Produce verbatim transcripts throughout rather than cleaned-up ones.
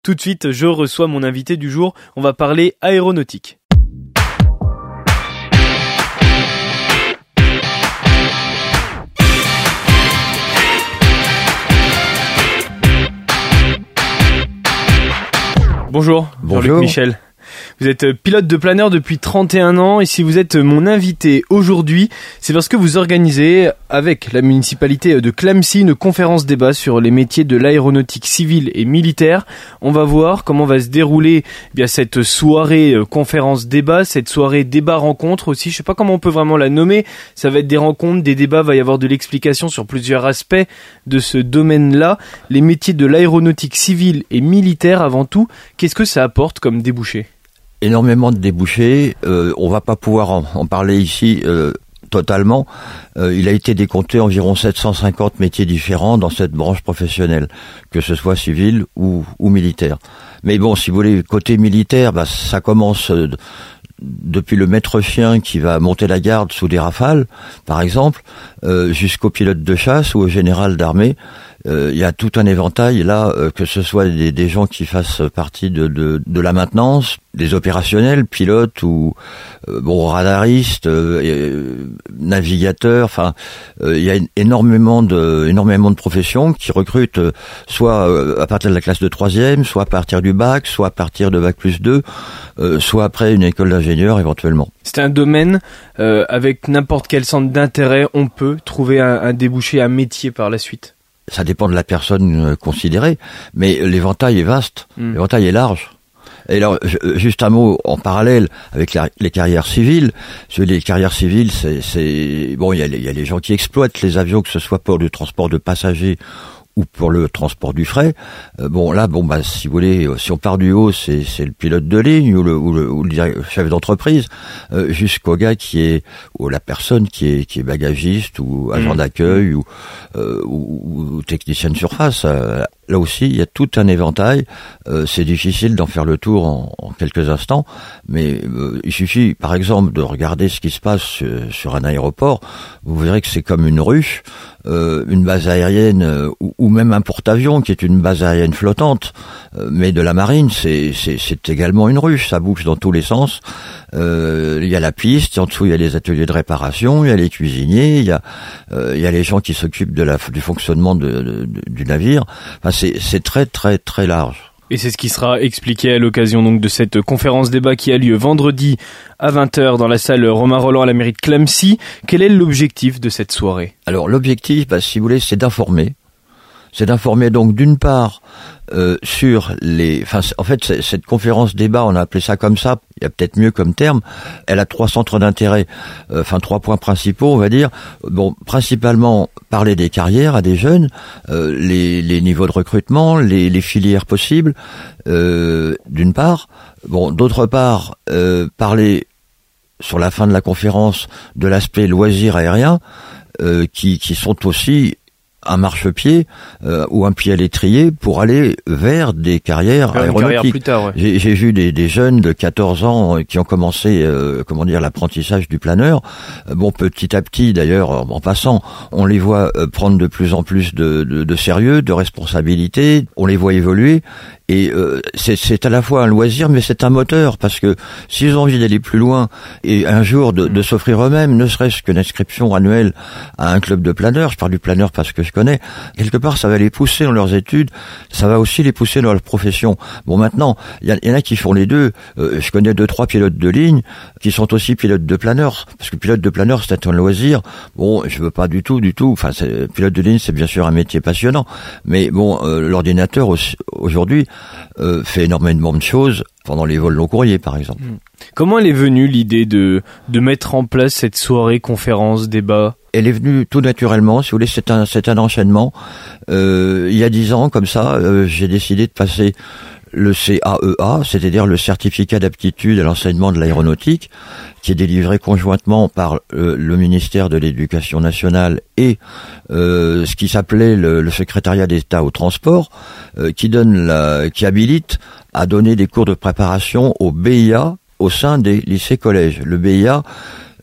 Tout de suite, je reçois mon invité du jour. On va parler aéronautique. Bonjour, Bonjour. Jean-Luc Michel. Vous êtes pilote de planeur depuis trente et un ans et si vous êtes mon invité aujourd'hui, c'est parce que vous organisez avec la municipalité de Clamecy une conférence débat sur les métiers de l'aéronautique civile et militaire. On va voir comment va se dérouler eh bien cette soirée conférence débat, cette soirée débat rencontre aussi. Je sais pas comment on peut vraiment la nommer. Ça va être des rencontres, des débats, va y avoir de l'explication sur plusieurs aspects de ce domaine-là. Les métiers de l'aéronautique civile et militaire avant tout, qu'est-ce que ça apporte comme débouché ? Énormément de débouchés, euh, on va pas pouvoir en, en parler ici euh, totalement. Euh, il a été décompté environ sept cent cinquante métiers différents dans cette branche professionnelle, que ce soit civil ou, ou militaire. Mais bon, si vous voulez, côté militaire, bah, ça commence euh, depuis le maître-chien qui va monter la garde sous des rafales, par exemple, euh, jusqu'au pilote de chasse ou au général d'armée. Il euh, y a tout un éventail là, euh, que ce soit des, des gens qui fassent partie de, de, de la maintenance, des opérationnels, pilotes ou euh, bon radaristes, euh, euh, navigateurs. Enfin, il euh, y a énormément de énormément de professions qui recrutent euh, soit euh, à partir de la classe de troisième, soit à partir du bac, soit à partir de bac plus deux, euh, soit après une école d'ingénieur éventuellement. C'est un domaine euh, avec n'importe quel centre d'intérêt, on peut trouver un, un débouché, un métier par la suite. Ça dépend de la personne considérée, mais l'éventail est vaste, mmh. l'éventail est large. Et alors, juste un mot en parallèle avec la, les carrières civiles. Les carrières civiles, c'est, c'est bon, il y a, il y a les gens qui exploitent les avions, que ce soit pour le transport de passagers ou pour le transport du fret. Euh, bon, là, bon, bah, si vous voulez, si on part du haut, c'est, c'est le pilote de ligne ou le, ou le, ou le chef d'entreprise, euh, jusqu'au gars qui est, ou la personne qui est, qui est bagagiste ou agent mmh. d'accueil ou, euh, ou, ou technicien de surface. Euh, là aussi, il y a tout un éventail. Euh, c'est difficile d'en faire le tour en, en quelques instants, mais euh, il suffit, par exemple, de regarder ce qui se passe sur, sur un aéroport. Vous verrez que c'est comme une ruche, euh, une base aérienne euh, ou, ou même un porte-avions qui est une base aérienne flottante, euh, mais de la marine, c'est, c'est, c'est également une ruche. Ça bouge dans tous les sens. Euh, il y a la piste, en dessous il y a les ateliers de réparation, il y a les cuisiniers, il y a, euh, il y a les gens qui s'occupent de la, du fonctionnement de, de, de, du navire. Enfin, c'est, c'est très très très large. Et c'est ce qui sera expliqué à l'occasion donc de cette conférence débat qui a lieu vendredi à vingt heures dans la salle Romain Rolland à la mairie de Clamecy. Quel est l'objectif de cette soirée ? Alors l'objectif, bah, si vous voulez, c'est d'informer. C'est d'informer donc d'une part euh, sur les... Enfin, en fait, cette conférence débat, on a appelé ça comme ça, il y a peut-être mieux comme terme, elle a trois centres d'intérêt, euh, enfin trois points principaux, on va dire. Bon, principalement parler des carrières à des jeunes, euh, les, les niveaux de recrutement, les, les filières possibles, euh, d'une part. Bon, d'autre part, euh, parler sur la fin de la conférence de l'aspect loisirs aériens, euh, qui, qui sont aussi un marchepied euh, ou un pied à l'étrier pour aller vers des carrières vers aéronautiques. Carrière plus tard, ouais. J'ai, j'ai vu des, des jeunes de quatorze ans qui ont commencé, euh, comment dire, l'apprentissage du planeur. Euh, bon, petit à petit, d'ailleurs, en passant, on les voit euh, prendre de plus en plus de, de, de sérieux, de responsabilités. On les voit évoluer. Et euh, c'est, c'est à la fois un loisir, mais c'est un moteur, parce que s'ils ont envie d'aller plus loin et un jour de, de s'offrir eux-mêmes, ne serait-ce qu'une inscription annuelle à un club de planeurs, je parle du planeur parce que je connais, quelque part ça va les pousser dans leurs études, ça va aussi les pousser dans leur profession. Bon, maintenant, il y, y en a qui font les deux. Euh, je connais deux, trois pilotes de ligne qui sont aussi pilotes de planeurs, parce que pilote de planeur, c'est un loisir. Bon, je veux pas du tout, du tout. Enfin, c'est, pilote de ligne, c'est bien sûr un métier passionnant, mais bon, euh, l'ordinateur aussi, aujourd'hui, Euh, fait énormément de choses pendant les vols long courriers, par exemple. Comment elle est venue l'idée de de mettre en place cette soirée conférence débat ? Elle est venue tout naturellement, si vous voulez, c'est un c'est un enchaînement. Euh, il y a dix ans, comme ça, euh, j'ai décidé de passer le C A E A, c'est-à-dire le certificat d'aptitude à l'enseignement de l'aéronautique, qui est délivré conjointement par euh, le ministère de l'Éducation nationale et euh, ce qui s'appelait le, le secrétariat d'État au transport, euh, qui donne la, qui habilite à donner des cours de préparation au B I A au sein des lycées-collèges. Le B I A,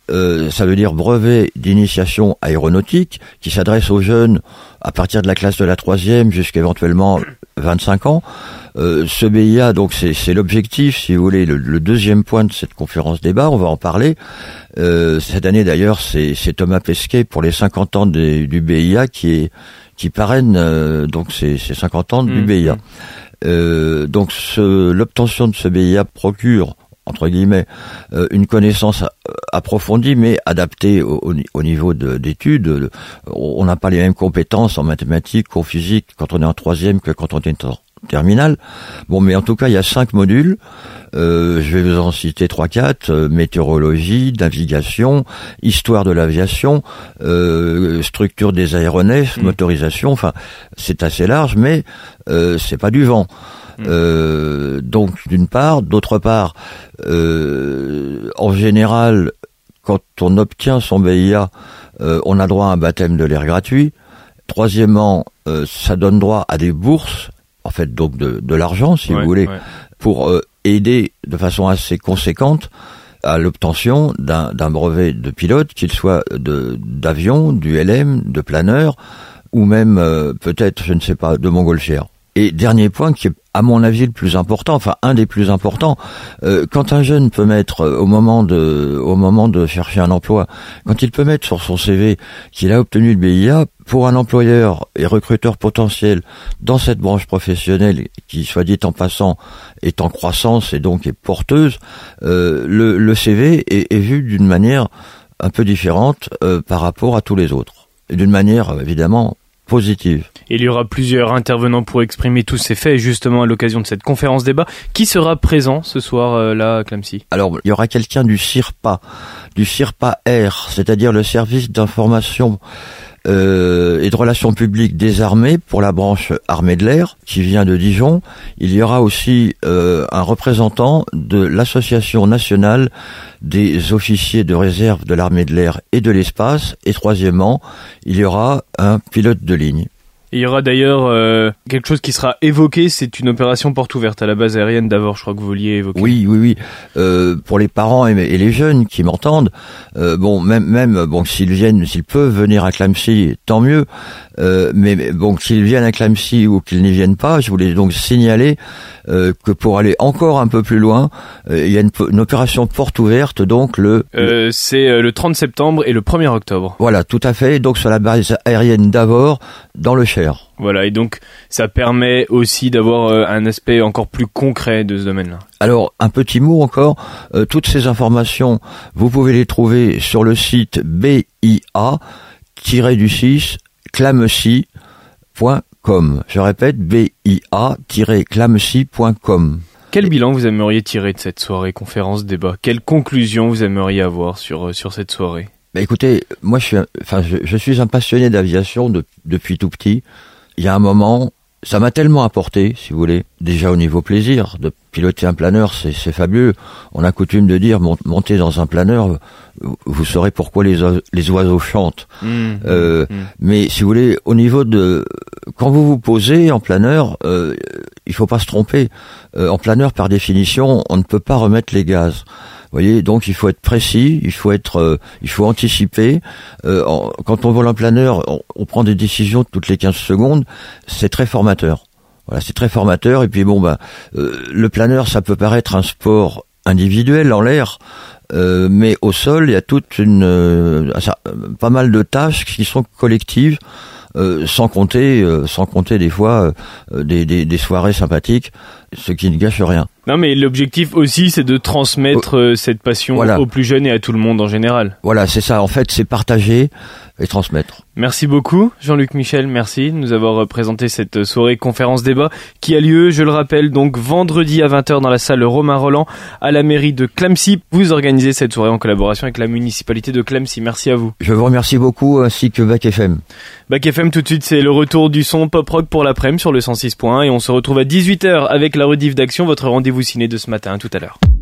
euh, ça veut dire brevet d'initiation aéronautique, qui s'adresse aux jeunes à partir de la classe de la troisième jusqu'à éventuellement vingt-cinq ans. Euh, ce B I A, donc c'est, c'est l'objectif, si vous voulez, le, le deuxième point de cette conférence débat, on va en parler. Euh, cette année d'ailleurs, c'est, c'est Thomas Pesquet pour les cinquante ans des, du B I A qui est qui parraine euh, donc ces, ces cinquante ans mmh. du B I A. Euh, donc ce, l'obtention de ce B I A procure entre guillemets euh, une connaissance approfondie mais adaptée au, au, au niveau de, d'études. On n'a pas les mêmes compétences en mathématiques qu'en physique quand on est en troisième que quand on est en terminale. Bon, mais en tout cas, il y a cinq modules. Euh, je vais vous en citer trois, quatre. Euh, météorologie, navigation, histoire de l'aviation, euh, structure des aéronefs, mmh. motorisation. Enfin, c'est assez large, mais euh, c'est pas du vent. Mmh. Euh, donc, d'une part, d'autre part, euh, en général, quand on obtient son B I A, euh, on a droit à un baptême de l'air gratuit. Troisièmement, euh, ça donne droit à des bourses. En fait, donc de, de l'argent, si ouais, vous voulez, ouais. pour euh, aider de façon assez conséquente à l'obtention d'un, d'un brevet de pilote, qu'il soit de, d'avion, du L M, de planeur, ou même euh, peut-être, je ne sais pas, de montgolfière. Et dernier point qui est à mon avis le plus important, enfin un des plus importants, euh, quand un jeune peut mettre euh, au moment de au moment de chercher un emploi, quand il peut mettre sur son C V qu'il a obtenu le B I A, pour un employeur et recruteur potentiel dans cette branche professionnelle qui, soit dit en passant, est en croissance et donc est porteuse, euh, le, le C V est, est vu d'une manière un peu différente euh, par rapport à tous les autres, et d'une manière évidemment positive. Il y aura plusieurs intervenants pour exprimer tous ces faits, justement à l'occasion de cette conférence débat. Qui sera présent ce soir euh, là à Clamecy ? Alors, il y aura quelqu'un du CIRPA, du CIRPA R, c'est-à-dire le service d'information euh, et de relations publiques des armées pour la branche armée de l'air, qui vient de Dijon. Il y aura aussi euh, un représentant de l'Association nationale des officiers de réserve de l'armée de l'air et de l'espace. Et troisièmement, il y aura un pilote de ligne. Il y aura d'ailleurs euh, quelque chose qui sera évoqué, c'est une opération porte ouverte à la base aérienne d'Avord, je crois que vous vouliez évoquer. Oui, oui, oui. Euh, pour les parents et, et les jeunes qui m'entendent, euh, bon, même, même, bon, s'ils viennent, s'ils peuvent venir à Clamecy, tant mieux. Euh, mais bon, qu'ils viennent à Clamecy ou qu'ils n'y viennent pas, je voulais donc signaler euh, que pour aller encore un peu plus loin, euh, il y a une, une opération porte ouverte, donc le... Euh, c'est le trente septembre et le premier octobre. Voilà, tout à fait, donc sur la base aérienne d'Avord, dans le Cher. Voilà, et donc ça permet aussi d'avoir euh, un aspect encore plus concret de ce domaine-là. Alors, un petit mot encore, euh, toutes ces informations, vous pouvez les trouver sur le site B I A du six clamecy point com. Je répète, B I A clamecy point com. Quel bilan vous aimeriez tirer de cette soirée conférence débat ? Quelle conclusion vous aimeriez avoir sur, sur cette soirée ? Bah écoutez, moi je suis, enfin je, je suis un passionné d'aviation de, depuis tout petit. Il y a un moment, ça m'a tellement apporté, si vous voulez, déjà au niveau plaisir, de piloter un planeur, c'est, c'est fabuleux. On a coutume de dire, montez dans un planeur, vous saurez pourquoi les, oiseaux, les oiseaux chantent. Mmh, euh, mmh. Mais si vous voulez, au niveau de, quand vous vous posez en planeur, euh, il faut pas se tromper. Euh, en planeur, par définition, on ne peut pas remettre les gaz. Vous voyez, donc il faut être précis, il faut être, euh, il faut anticiper. Euh, en, quand on vole un planeur, on, on prend des décisions toutes les quinze secondes. C'est très formateur. Voilà, c'est très formateur. Et puis bon, ben, euh, le planeur, ça peut paraître un sport individuel en l'air, euh, mais au sol, il y a toute une, euh, ça, pas mal de tâches qui sont collectives. Euh, sans compter, euh, sans compter des fois euh, des, des, des soirées sympathiques, ce qui ne gâche rien. Non, mais l'objectif aussi, c'est de transmettre euh, cette passion voilà. aux plus jeunes et à tout le monde en général. Voilà, c'est ça. En fait, c'est partager et transmettre. Merci beaucoup, Jean-Luc Michel. Merci de nous avoir présenté cette soirée conférence débat qui a lieu, je le rappelle, donc vendredi à vingt heures dans la salle Romain Roland à la mairie de Clamecy. Vous organisez cette soirée en collaboration avec la municipalité de Clamecy. Merci à vous. Je vous remercie beaucoup, ainsi que Bac F M. Bac F M, tout de suite, c'est le retour du son pop-rock pour l'après-midi sur le cent six point un et on se retrouve à dix-huit heures avec la rediff d'Action, votre rendez-vous ciné de ce matin. À tout à l'heure.